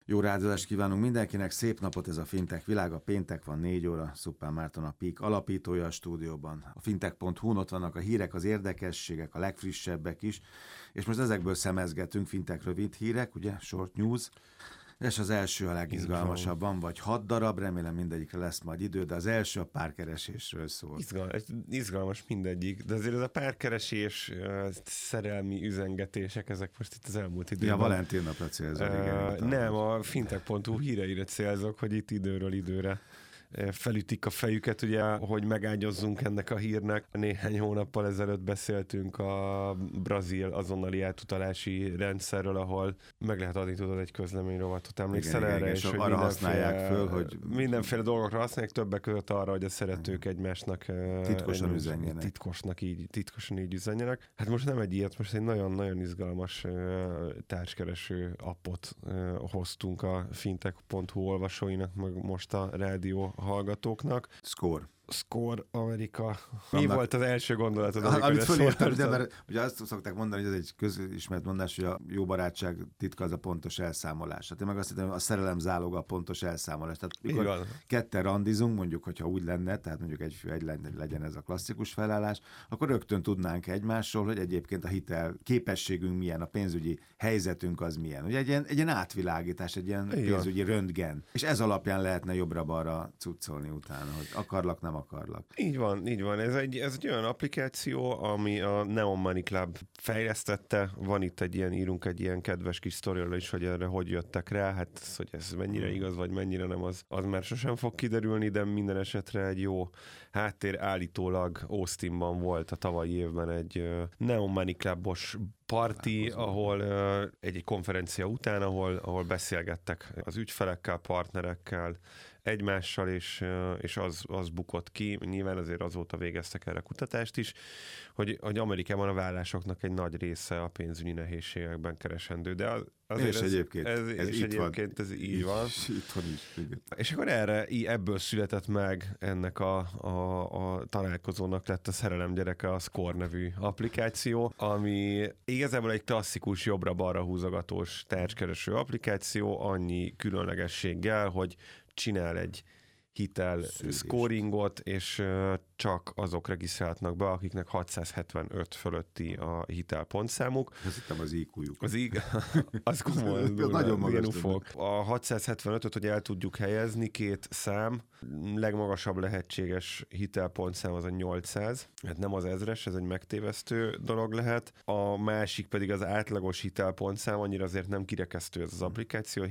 Jó rádiózást kívánunk mindenkinek, szép napot, ez a Fintech világa, péntek van 4 óra, Szuppán Márton a PEAK alapítója a stúdióban. A fintech.hu-n ott vannak a hírek, az érdekességek, a legfrissebbek is, és most ezekből szemezgetünk, fintech rövid hírek, ugye, short news, és az első a legizgalmasabb, van vagy 6 darab, remélem mindegyikre lesz majd idő, de az első a párkeresésről szól. Izgalmas mindegyik, de azért ez a párkeresés, szerelmi üzengetések, ezek most itt az elmúlt időben. Ja, Valentin napra célzol. Nem, a fintech.hu híreire célzok, hogy itt időről időre felütik a fejüket, ugye, hogy megágyozzunk ennek a hírnek. Néhány hónappal ezelőtt beszéltünk a brazil azonnali átutalási rendszerről, ahol meg lehet adni, tudod, egy közleményrovatot. Emlékszel erre? És arra használják föl, hogy... Mindenféle dolgokra használják, többek között arra, hogy a szeretők egymásnak titkosan üzenjenek. Titkosan így üzenjenek. Hát most nem egy ilyet, most egy nagyon-nagyon izgalmas társkereső appot hoztunk a fintech.hu olvasóinak, meg most a rádió hallgatóknak. Score Amerika. Mi volt az első gondolatod? Amit fölírtam, mert ugye azt szokták mondani, hogy ez egy közismert mondás, hogy a jó barátság titka az a pontos elszámolás. Hát én meg azt hittem, hogy a szerelem záloga a pontos elszámolás. Tehát mikor ketten randizunk, mondjuk, hogyha úgy lenne, tehát mondjuk egy fő, egy legyen ez a klasszikus felállás, akkor rögtön tudnánk egymásról, hogy egyébként a hitel képességünk milyen, a pénzügyi helyzetünk az milyen. Ugye egy ilyen átvilágítás, egy ilyen pénzügyi röntgen. És ez alapján lehetne jobbra-balra cuccolni utána, hogy akarlak, nem akarlak. Így van. Ez egy olyan applikáció, ami a Neon Money Club fejlesztette. Van itt írunk egy ilyen kedves kis sztoriról is, hogy erre hogy jöttek rá. Hát, hogy ez mennyire igaz, vagy mennyire nem, az már sosem fog kiderülni, de minden esetre egy jó háttér. Állítólag Austinban volt a tavalyi évben egy Neon Money Clubos parti, ahol egy konferencia után, ahol beszélgettek az ügyfelekkel, partnerekkel, egymással, és az bukott ki, nyilván azért azóta végeztek erre kutatást is, hogy Amerikában a vállásoknak egy nagy része a pénzügyi nehézségekben keresendő, de azért és egyébként ez így van. Itthon is. Igen. És akkor ebből született meg ennek a találkozónak lett a szerelem gyereke, a Score nevű applikáció, ami igazából egy klasszikus jobbra-balra húzogatós tárcskereső applikáció, annyi különlegességgel, hogy csinál egy hitel scoringot, és csak azok regisztrálhatnak be, akiknek 675 fölötti a hitelpontszámuk. Azt hittem az IQ-juk. Az komoly. Nagyon magas. A 675-öt, hogy el tudjuk helyezni, 2 szám, legmagasabb lehetséges hitelpontszám az a 800, hát nem az 1000-es, ez egy megtévesztő dolog lehet. A másik pedig az átlagos hitelpontszám, annyira azért nem kirekesztő ez az applikáció,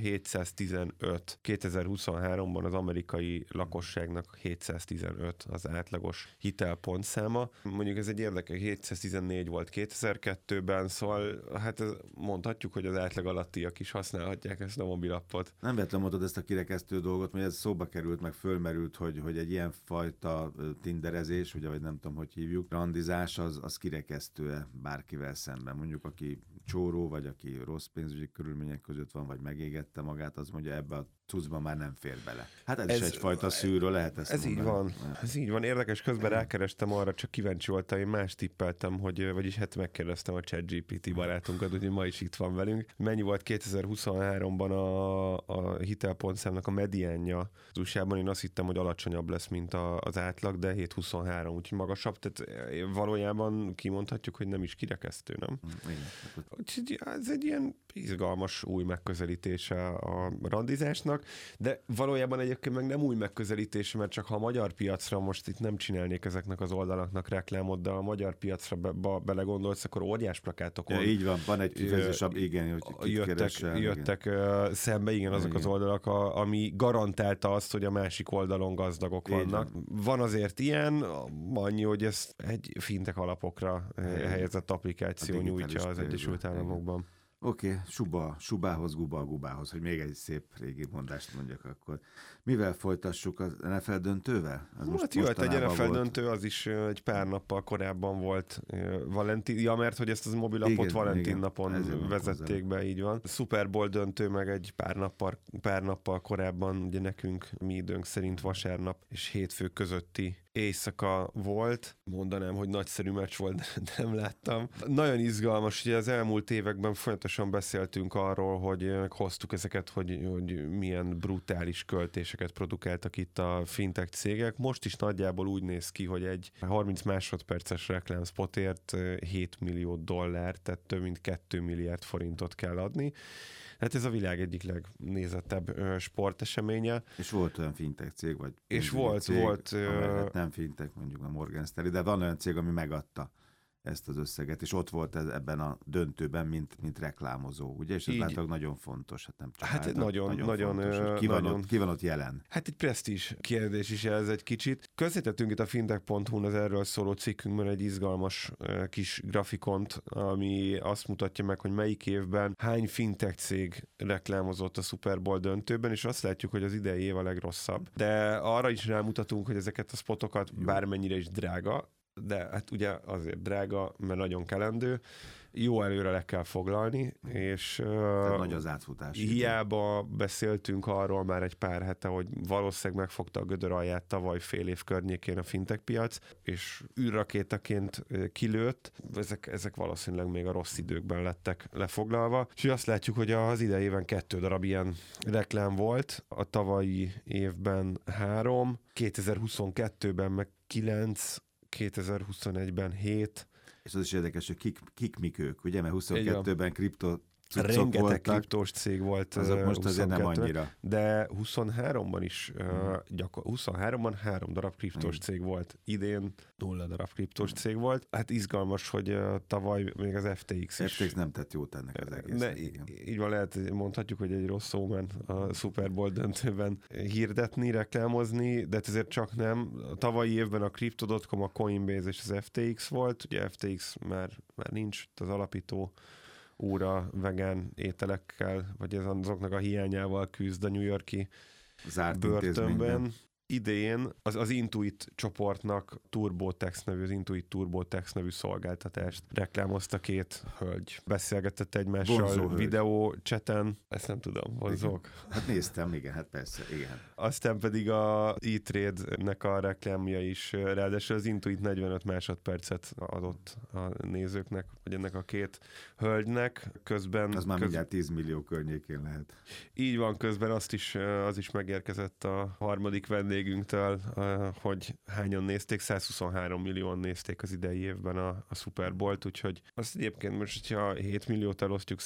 715. 2023-ban az amerikai lakosságnak 715 az átlagos hitelpontszáma. Mondjuk ez egy érdekes, 714 volt 2002-ben, szóval hát mondhatjuk, hogy az átlag alattiak is használhatják ezt a mobilappot. Nem véletlenül mondod ezt a kirekesztő dolgot, mert ez szóba került, meg fölmerült, hogy egy ilyen fajta tinderezés, ugye, vagy nem tudom, hogy hívjuk, randizás, az kirekesztő-e bárkivel szemben. Mondjuk, aki csóró, vagy aki rossz pénzügyi körülmények között van, vagy megégette magát, az mondja, ebbe a cuccban már nem fér bele. Hát ez is egyfajta szűrő, lehet ezt ez mondani. Ez így van. Érdekes, közben rákerestem arra, csak kíváncsi voltam, én más tippeltem, vagyis hát megkérdeztem a ChatGPT barátunkat, hogy ma is itt van velünk. Mennyi volt 2023-ban a hitelpontszámnak a mediánja az USA-ban? Én azt hittem, hogy alacsonyabb lesz, mint az átlag, de 7,23, úgyhogy magasabb. Tehát valójában kimondhatjuk, hogy nem is kirekesztő, nem? Úgyhogy ez egy ilyen izgalmas új megközelítése a randizásnak, de valójában egyébként meg nem új megközelítés, mert csak ha a magyar piacra, most itt nem csinálnék ezeknek az oldalaknak reklámot, de a magyar piacra belegondolsz, akkor óriás plakátokon. Ja, így van, van egy kifejezésebb, igen, hogy jöttek szembe, igen, azok az oldalak, ami garantálta azt, hogy a másik oldalon gazdagok vannak. Van azért ilyen, annyi, hogy ez egy fintech alapokra helyezett applikáció nyújtja az Egyesült Államokban. Oké, subához, gubához, hogy még egy szép régi mondást mondjak akkor. Mivel folytassuk, az NFL döntővel? Hát jöhet egy NFL döntő, az is egy pár nappal korábban volt Valentin, mert hogy ezt az mobilapot Valentin napon vezették be, így van. Super Bowl döntő meg egy pár nappal korábban, ugye nekünk, mi időnk szerint vasárnap és hétfő közötti éjszaka volt. Mondanám, hogy nagyszerű meccs volt, de nem láttam. Nagyon izgalmas, ugye az elmúlt években folyamatosan folyamatosan beszéltünk arról, hogy hoztuk ezeket, hogy milyen brutális költéseket produkáltak itt a fintech cégek. Most is nagyjából úgy néz ki, hogy egy 30 másodperces reklámspotért $7 millió, tehát több mint 2 milliárd forintot kell adni. Hát ez a világ egyik legnézettebb sporteseménye. És volt olyan fintech cég, vagy és volt, hát nem fintech, mondjuk a Morgan Stanley, de van olyan cég, ami megadta ezt az összeget, és ott volt ez ebben a döntőben, mint reklámozó, ugye? És ez látszólag nagyon fontos. Hát nem csak hát nagyon ki van ott jelen? Hát egy presztízs kérdés is ez egy kicsit. Közzétettünk itt a fintech.hu-n az erről szóló cikkünkben egy izgalmas kis grafikont, ami azt mutatja meg, hogy melyik évben hány fintech cég reklámozott a Super Bowl döntőben, és azt látjuk, hogy az idei év a legrosszabb. De arra is rámutatunk, hogy ezeket a spotokat bármennyire is drága, de hát ugye azért drága, mert nagyon kelendő, jó előre le kell foglalni, és nagy az átfutás. Hiába beszéltünk arról már egy pár hete, hogy valószínűleg megfogta a gödör alját tavaly fél év környékén a fintech piac, és űrrakétaként kilőtt, ezek valószínűleg még a rossz időkben lettek lefoglalva. És azt látjuk, hogy az idejében 2 darab ilyen reklám volt, a tavalyi évben 3, 2022-ben meg 9, 2021-ben 7. És az is érdekes, hogy kik mik ők, ugye? Mert 22-ben kripto rengeteg voltak, kriptós cég volt. Azok most azért nem annyira. De 23-ban is, 23-ban 3 darab kriptós cég volt. Idén 0 darab kriptós cég volt. Hát izgalmas, hogy tavaly még az FTX is. FTX nem tett jót ennek az egésznek. Így van, mondhatjuk, hogy egy rossz omen a Super Bowl döntőben hirdetni, reklámozni, de ezért csak nem. A tavalyi évben a Crypto.com, a Coinbase és az FTX volt. Ugye FTX már nincs, az alapító úra vegán ételekkel, vagy azoknak a hiányával küzd a New York-i börtönben. Idén az Intuit csoportnak az Intuit TurboTax nevű szolgáltatást reklámozta 2 hölgy. Beszélgetett egymással videó chaten, ezt nem tudom, vonzók. Hát néztem, igen, hát persze, igen. Aztán pedig a E-Trade-nek a reklámja is, ráadásul az Intuit 45 másodpercet adott a nézőknek, vagy ennek a 2 hölgynek. Közben... Az már mindjárt 10 millió környékén lehet. Így van, közben az is megérkezett a harmadik vendégünktől, hogy hányan nézték, 123 millióan nézték az idei évben a Super Bowl-t, úgyhogy azt egyébként most, hogyha 7 milliót elosztjuk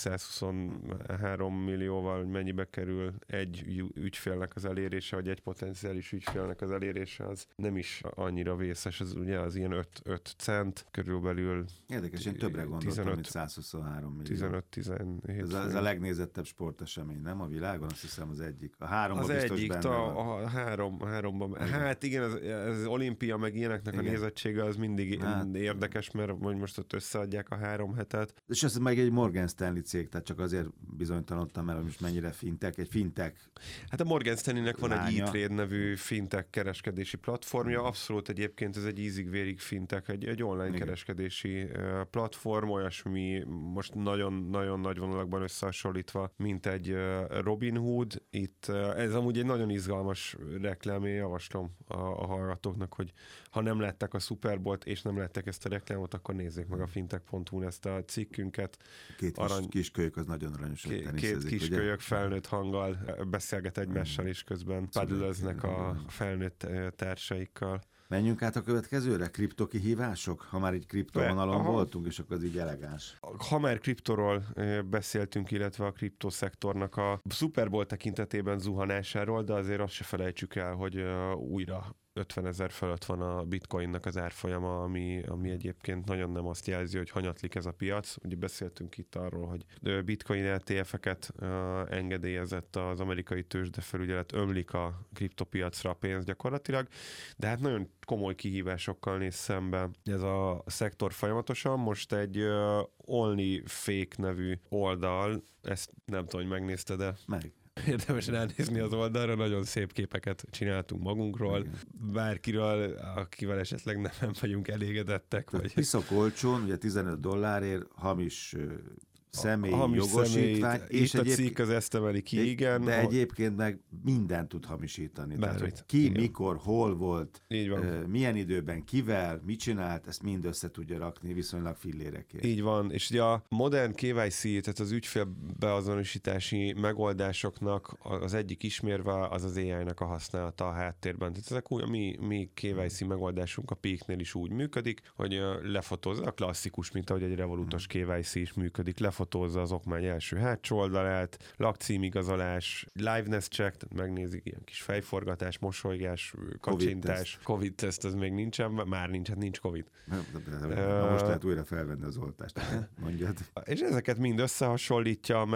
123 millióval, hogy mennyibe kerül egy ügyfélnek az elérése, vagy egy potenciális ügyfélnek az elérése, az nem is annyira vészes, az ugye az ilyen 5 cent körülbelül. Érdekes, én többre gondoltam, mint 123 millió. 15-17. Ez a legnézettebb sportesemény, nem a világon? Azt hiszem az egyik. A 3-ban biztos egyik, benne van. A 3-ban. Hát igen, az olimpia meg ilyeneknek igen. A nézettsége az mindig érdekes, mert most ott összeadják a 3 hetet. És ez meg egy Morgan Stanley cég, tehát csak azért bizonytalanodtam el, hogy most mennyire egy fintech. Hát a Morgan Stanleynek van egy E-Trade nevű fintech kereskedési platformja, abszolút egyébként ez egy ízig-vérig fintech, egy online igen. kereskedési platform, olyasmi most nagyon-nagyon nagy vonalakban összehasonlítva, mint egy Robinhood. Itt ez amúgy egy nagyon izgalmas reklám, én javaslom a hallgatóknak, hogy ha nem látták a Super Bowl-t és nem látták ezt a reklámot, akkor nézzék meg a fintech.hu-n ezt a cikkünket. 2 kiskölyök az nagyon aranyos, hogy teniszezik. 2 kiskölyök felnőtt hanggal beszélget egymással, és közben paddleznek a felnőtt társaikkal. Menjünk át a következőre? Kriptokihívások? Ha már egy kriptovonalon voltunk, és akkor az így elegáns. Ha már kriptoról beszéltünk, illetve a kriptoszektornak a Super Bowl tekintetében zuhanásáról, de azért azt se felejtsük el, hogy újra 50 000 fölött van a bitcoinnak az árfolyama, ami egyébként nagyon nem azt jelzi, hogy hanyatlik ez a piac. Ugye beszéltünk itt arról, hogy bitcoin ETF-eket engedélyezett az amerikai tőzsdefelügyelet, ömlik a kriptopiacra a pénz gyakorlatilag, de hát nagyon komoly kihívásokkal néz szembe ez a szektor folyamatosan. Most egy Only Fake nevű oldal, ezt nem tudom, hogy megnézted, de... Érdemes ránézni az oldalra, nagyon szép képeket csináltunk magunkról, igen. Bárkiről, akivel esetleg nem vagyunk elégedettek. Vagy... Piszok olcsón, ugye $15 hamis személyi jogosítvány. És a cikk az ezt emeli ki, igen. De egyébként meg mindent tud hamisítani. Tehát, hogy ki, igen, mikor, hol volt, milyen időben, kivel, mit csinált, ezt mind össze tudja rakni viszonylag fillérekért. Így van, és ugye a modern KYC, tehát az ügyfélbeazonosítási megoldásoknak az egyik ismérve az AI-nak a használata a háttérben. Tehát ezek úgy, a mi KYC megoldásunk a Peaknél is úgy működik, hogy lefotózza a klasszikus, mint ahogy egy Revolutos KYC is működik, lefotózza az okmány első hátsó oldalát, lakcímigazolás, liveness check, tehát megnézik ilyen kis fejforgatás, mosolygás, kacsintás, Covid-teszt, ez még nincsen, már nincs Covid. Most lehet újra felvenni az oltást, mondjad. És ezeket mind összehasonlítja,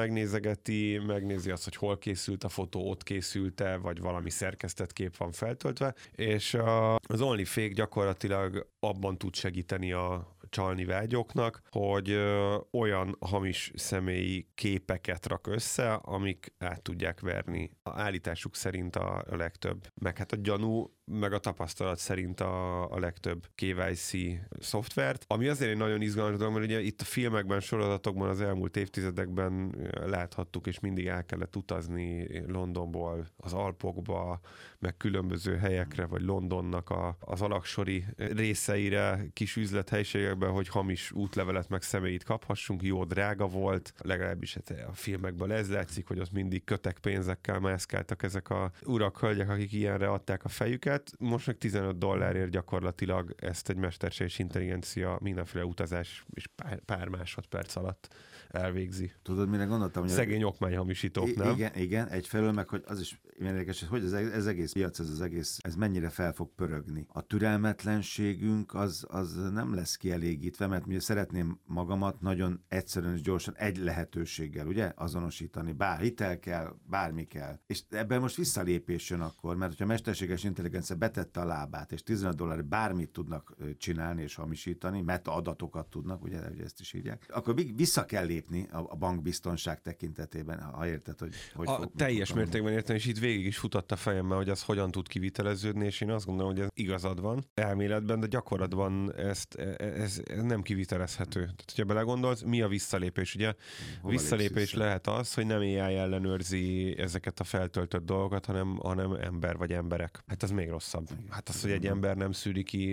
megnézi azt, hogy hol készült a fotó, ott készült-e, vagy valami szerkesztett kép van feltöltve, és az OnlyFake gyakorlatilag abban tud segíteni a csalni vágyóknak, hogy olyan hamis személyi képeket rak össze, amik át tudják verni. A állításuk szerint a legtöbb, meg hát a gyanú, meg a tapasztalat szerint a legtöbb KYC szoftvert, ami azért egy nagyon izgalmas dolog, mert ugye itt a filmekben, sorozatokban az elmúlt évtizedekben láthattuk, és mindig el kellett utazni Londonból az Alpokba, meg különböző helyekre, vagy Londonnak az alaksori részeire, kis üzlethelyiségekben, hogy hamis útlevelet meg személyit kaphassunk, jó drága volt, legalábbis a filmekben ez látszik, hogy ott mindig kötek pénzekkel mászkáltak ezek a urak, hölgyek, akik ilyenre adták a fejüket. Most meg $15 gyakorlatilag ezt egy mesterséges intelligencia mindenféle utazás és pár másodperc alatt elvégzi. Tudod, mire gondoltam? Hogy szegény okmányhamisítók, nem? Igen, egyfelől meg, hogy az is érdekes, hogy ez egész piac, ez mennyire fel fog pörögni. A türelmetlenségünk az nem lesz kielégítve, mert ugye szeretném magamat nagyon egyszerűen és gyorsan egy lehetőséggel, ugye, azonosítani. Bár hitel kell, bármi kell. És ebben most visszalépés jön akkor, mert hogyha a mesterséges intelligencia betette a lábát, és $15 bármit tudnak csinálni és hamisítani, metaadatokat tudnak, ugye ezt is írják, akkor vissza kell lépni a bankbiztonság tekintetében, ha érted, hogy teljes mértékben értem, és itt végig is futott a fejembe, hogy az hogyan tud kiviteleződni, és én azt gondolom, hogy ez igazad van elméletben, de gyakorlatban ez nem kivitelezhető. Tehát, hogyha belegondolsz, mi a visszalépés? Ugye visszalépés lehet az, hogy nem AI ellenőrzi ezeket a feltöltött dolgokat, hanem ember vagy emberek. Hát az még rosszabb. Hát az, hogy egy ember nem szűri ki,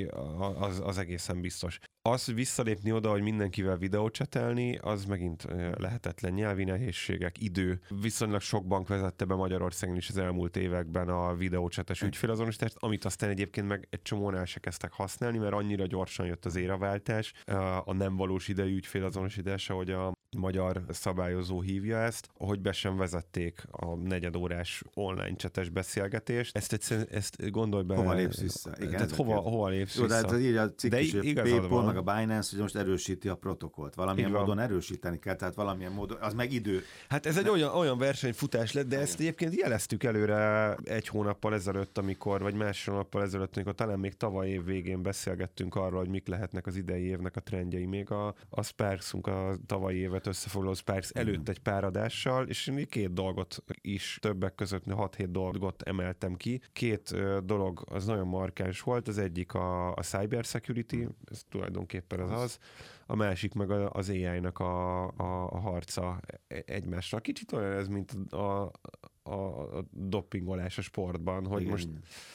az egészen biztos. Az, hogy visszalépni oda, hogy mindenkivel videócsetelni, az megint lehetetlen. Nyelvi nehézségek, idő. Viszonylag sok bank vezette be Magyarországon is az elmúlt években a videócsetes ügyfélazonosítást, amit aztán egyébként meg egy csomóan el se kezdtek használni, mert annyira gyorsan jött az éraváltás, a nem valós idejű ügyfélazonosítás, ahogy a magyar szabályozó hívja ezt, hogy be sem vezették a negyedórás online csetes beszélgetést. Ezt gondolj bele. Hova lépsz vissza? Igen, tehát hova lépsz vissza? De így a cikk is, hogy PayPal meg a Binance, hogy most erősíti a protokollt. Valamilyen módon erősíteni kell, tehát valamilyen módon, az meg idő. Hát ez egy olyan versenyfutás lett, de ezt egyébként jeleztük előre egy hónappal ezelőtt, vagy másfél hónappal ezelőtt, amikor talán még tavaly év végén beszélgettünk arról, hogy mik lehetnek az idei évnek a trendjei. Még a Sparksunk a tavalyi évet összefoglaló Sparks előtt egy pár adással, és én 2 dolgot is többek között 6-7 dolgot emeltem ki. 2 dolog az nagyon markáns volt, az egyik a cyber security, ez tulajdonképpen az, a másik meg az AI-nak a harca egymásra. Kicsit olyan ez, mint a dopingolás a sportban, hogy igen. Most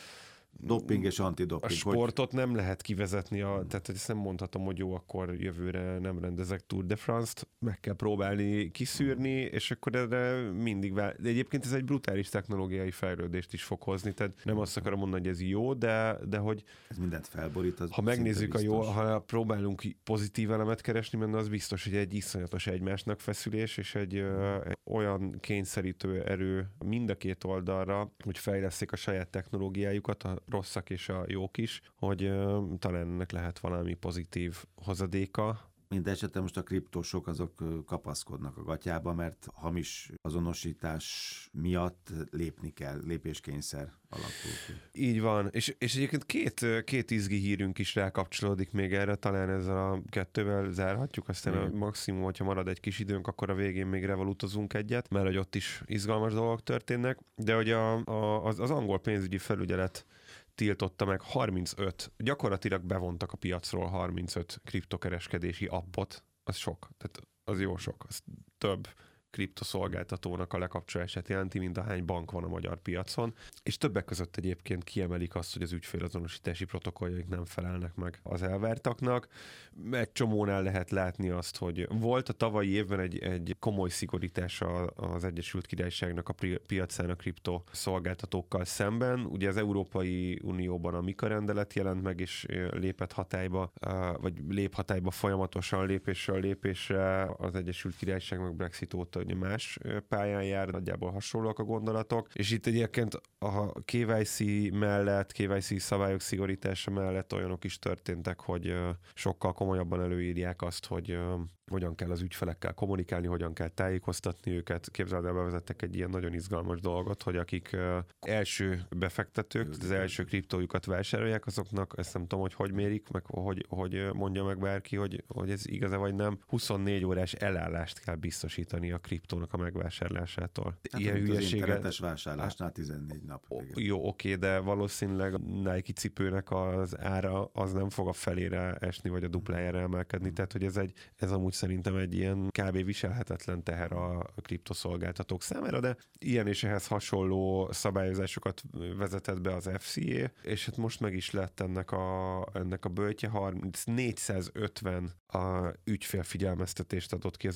doping és antidoping. A sportot nem lehet kivezetni, tehát ezt nem mondhatom, hogy jó, akkor jövőre nem rendezek Tour de France-t, meg kell próbálni kiszűrni, és akkor erre mindig de egyébként ez egy brutális technológiai fejlődést is fog hozni, tehát nem azt akarom mondani, hogy ez jó, de hogy ez mindent felborít. Ha megnézzük ha próbálunk pozitív elemet keresni, mert az biztos, hogy egy iszonyatos egymásnak feszülés, és egy olyan kényszerítő erő mind a 2 oldalra, hogy fejleszték a saját technológiájukat, a rosszak és a jók is, hogy talán ennek lehet valami pozitív hozadéka. Mindenesetre most a kriptósok azok kapaszkodnak a gatyába, mert hamis azonosítás miatt lépni kell, lépéskényszer alakul ki. Így van, és egyébként két izgi hírünk is rákapcsolódik még erre, talán ezzel a 2-vel zárhatjuk, aztán a maximum, hogyha marad egy kis időnk, akkor a végén még revolutozunk egyet, mert hogy ott is izgalmas dolgok történnek, de hogy az angol pénzügyi felügyelet tiltotta meg 35, gyakorlatilag bevontak a piacról 35 kriptokereskedési appot, az sok. Tehát az jó sok, az több kriptoszolgáltatónak a lekapcsolását jelenti, mint ahány bank van a magyar piacon, és többek között egyébként kiemelik azt, hogy az ügyfélazonosítási protokolljaik nem felelnek meg az elvártaknak. Egy csomónál lehet látni azt, hogy volt a tavalyi évben egy komoly szigorítás az Egyesült Királyságnak a piacán a kriptoszolgáltatókkal szemben. Ugye az Európai Unióban a MiCA rendelet jelent meg, és lépett hatályba, vagy lép hatályba folyamatosan lépésről lépésre. Az Egyesült Királyság meg Brexit óta ugye más pályán jár, nagyjából hasonlóak a gondolatok, és itt egyébként a KYC mellett, KYC szabályok szigorítása mellett olyanok is történtek, hogy sokkal komolyabban előírják azt, hogy hogyan kell az ügyfelekkel kommunikálni, hogyan kell tájékoztatni őket. Képzeld el, bevezettek egy ilyen nagyon izgalmas dolgot, hogy akik első befektetők, az első kriptójukat vásárolják, azoknak ezt nem tudom, hogy mérik, meg hogy mondja meg bárki, hogy ez igaz-e vagy nem. 24 órás elállást kell biztosítani a kriptónak a megvásárlásától. Hát ilyen hülyeséget. Az internetes vásárlásnál 14 nap. Jó, oké, de valószínűleg a Nike cipőnek az ára az nem fog a felére esni, vagy a duplájára emelkedni. Tehát, hogy ez amúgy szerintem egy ilyen kb. Viselhetetlen teher a kriptoszolgáltatók számára, de ilyen és ehhez hasonló szabályozásokat vezetett be az FCA, és hát most meg is lett ennek a böjtje, 450 ügyfélfigyelmeztetést adott ki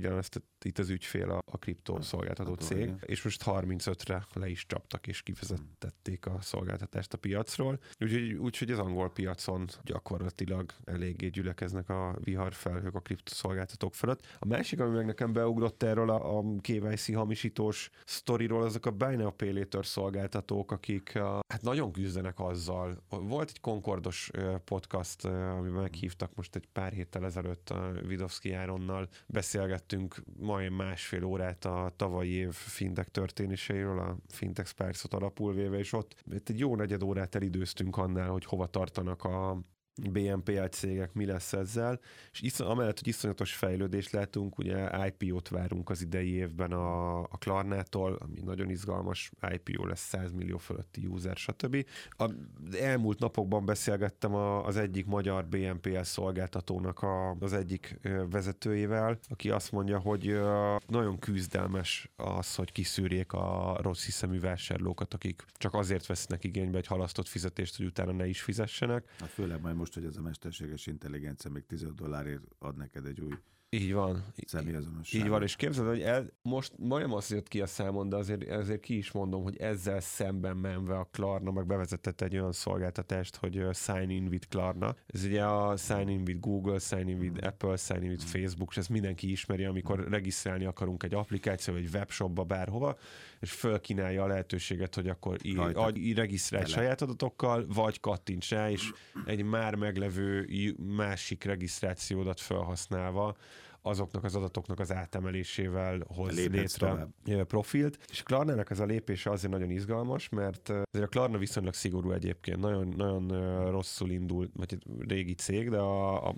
itt az ügyfél a kriptoszolgáltató cég, és most 35-re le is csaptak, és kivezettették a szolgáltatást a piacról. Úgyhogy az angol piacon gyakorlatilag eléggé gyülekeznek a viharfelhők a kriptoszolgáltatók felett. A másik, ami meg nekem beugrott erről a KYC hamisítós sztoriról, azok a Buy Now Pay Later szolgáltatók, akik hát nagyon küzdenek azzal. Volt egy Concordos podcast, amiben meghívtak most egy pár héttel ezelőtt a Vidovszki Áronnal, beszélgettünk majdnem másfél órát a tavalyi év fintech történéseiről, a Fintech Sparks-ot alapul véve, és ott egy jó negyed órát elidőztünk annál, hogy hova tartanak a BNPL cégek, mi lesz ezzel, és amellett, hogy iszonyatos fejlődést látunk, ugye IPO-t várunk az idei évben a Klarnától, ami nagyon izgalmas, IPO lesz 100 millió fölötti user, stb. Az elmúlt napokban beszélgettem az egyik magyar BNPL szolgáltatónak az egyik vezetőjével, aki azt mondja, hogy nagyon küzdelmes az, hogy kiszűrjék a rossz hiszemű vásárlókat, akik csak azért vesznek igénybe egy halasztott fizetést, hogy utána ne is fizessenek. Hát főleg majd most, hogy ez a mesterséges intelligencia még $15 ad neked egy új így van. Személyazonosság. Így van, és képzeld, hogy most majdnem azt jött ki a számon, de azért ki is mondom, hogy ezzel szemben menve a Klarna meg bevezetett egy olyan szolgáltatást, hogy Sign in with Klarna. Ez ugye a Sign in with Google, Sign in with Apple, Sign in with Facebook, és ezt mindenki ismeri, amikor regisztrálni akarunk egy applikáció, vagy webshopba, bárhova, és fölkínálja a lehetőséget, hogy akkor regisztrálj saját adatokkal, vagy kattints rá, és egy már meglevő másik regisztrációdat felhasználva azoknak az adatoknak az átemelésével hoz létre profilt. És a Klarnának ez a lépése azért nagyon izgalmas, mert azért a Klarna viszonylag szigorú egyébként, nagyon, nagyon rosszul indult, vagy egy régi cég, de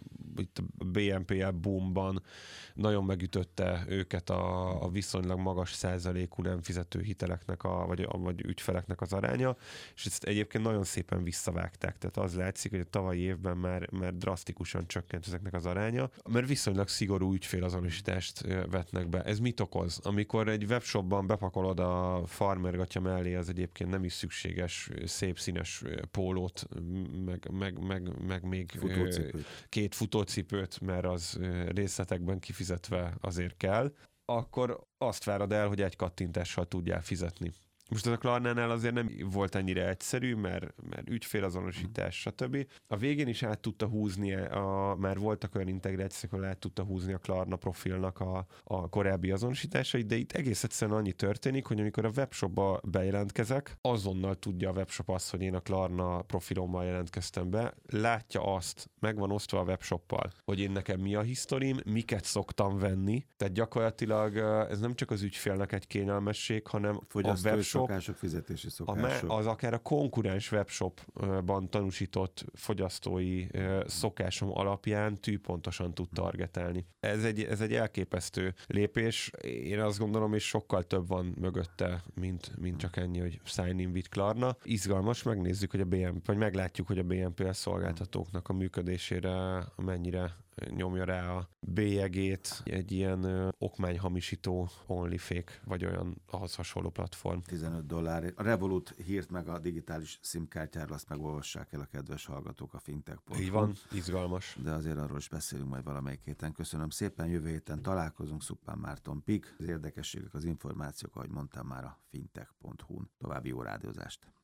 itt a BNPL boomban nagyon megütötte őket a viszonylag magas százalékú nem fizető hiteleknek, vagy ügyfeleknek az aránya, és ezt egyébként nagyon szépen visszavágták. Tehát az látszik, hogy a tavalyi évben már drasztikusan csökkent ezeknek az aránya, mert viszonylag szigorú ügyfélazonosítást vetnek be. Ez mit okoz? Amikor egy webshopban bepakolod a farmergatya mellé az egyébként nem is szükséges szép színes pólót, meg még két futócipőt, mert az részletekben kifizetve azért kell, akkor azt várod el, hogy egy kattintással tudjál fizetni. Most ez a Klarnánál azért nem volt ennyire egyszerű, mert ügyfélazonosítás, stb. A végén is át tudta húzni, már voltak olyan integrációk, ahol át tudta húzni a Klarna profilnak a korábbi azonosításait, de itt egész egyszerűen annyi történik, hogy amikor a webshopba bejelentkezek, azonnal tudja a webshop azt, hogy én a Klarna profilommal jelentkeztem be, látja azt, meg van osztva a webshoppal, hogy én nekem mi a hisztorim, miket szoktam venni, tehát gyakorlatilag ez nem csak az ügyfélnek egy kényelmesség, hanem a webshop szokások, fizetési szokások. Az akár a konkurens webshopban tanúsított fogyasztói szokásom alapján tűpontosan tud targetálni. Ez egy elképesztő lépés. Én azt gondolom, és sokkal több van mögötte, mint csak ennyi, hogy sign in with Klarna. Izgalmas, megnézzük, hogy meglátjuk, hogy a BNPL szolgáltatóknak a működésére mennyire nyomja rá a bélyegét, egy ilyen okmányhamisító OnlyFake, vagy olyan ahhoz hasonló platform. $15. A Revolut hírt meg a digitális SIM-kártyáról, azt megolvassák el a kedves hallgatók a fintech.hu. Így van, izgalmas. De azért arról is beszélünk majd valamelyik héten. Köszönöm szépen, jövő héten találkozunk, Szuppán Márton Pik. Az érdekességek, az információk, ahogy mondtam már, a fintech.hu-n. További jó rádiózást!